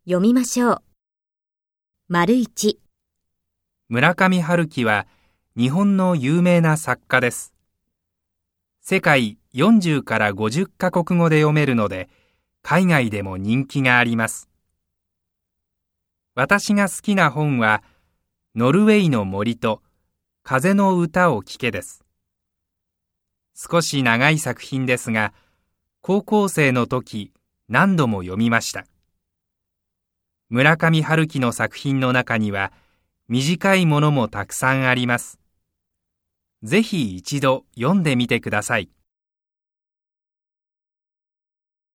読みましょう。丸1。 村上春樹は日本の有名な作家です。世界40から50カ国語で読めるので、海外でも人気があります。私が好きな本は、ノルウェーの森と風の歌を聴けです。少し長い作品ですが、高校生の時何度も読みました。村上春樹の作品の中には短いものもたくさんあります。ぜひ一度読んでみてください。